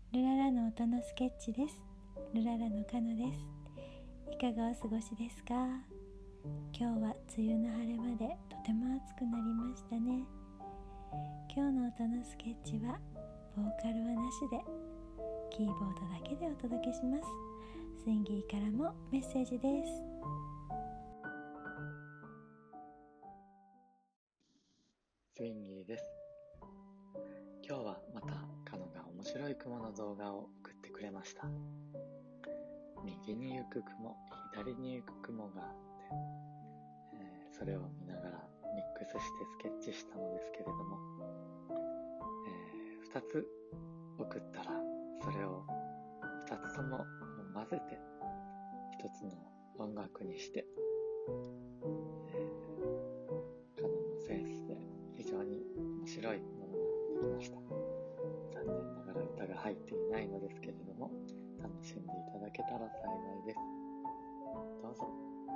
ルララの音のスケッチです。ルララのカノです。いかがお過ごしですか？今日は梅雨の晴れ間でとても暑くなりましたね。今日の音のスケッチはボーカルはなしでキーボードだけでお届けします。スインギーからもメッセージです。 スインギーです。今日はまたカノが面白い雲の動画を送ってくれました。右に行く雲、左に行く雲があって、それを見ながらミックスしてスケッチしたのですけれども、2つ送ったらそれを2つとも混ぜて1つの音楽にして、カノのセンスで非常に面白いものができました。残念ながら歌が入っていないのですけれども、楽しんでいただけたら幸いです。どうぞ。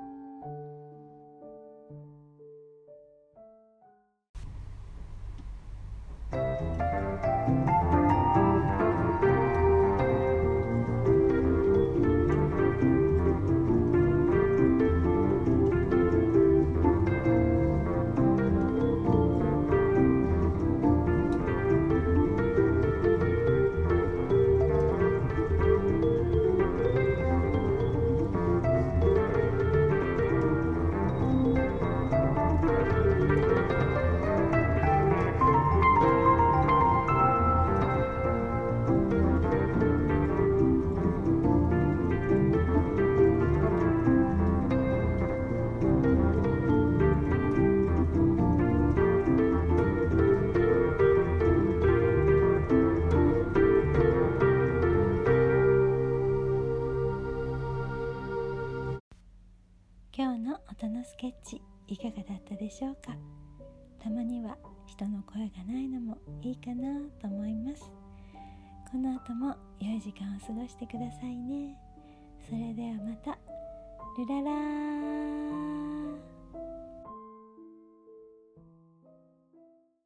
今日の音のスケッチいかがだったでしょうか？たまには人の声がないのもいいかなと思います。この後も良い時間を過ごしてくださいね。それではまた。ルララー。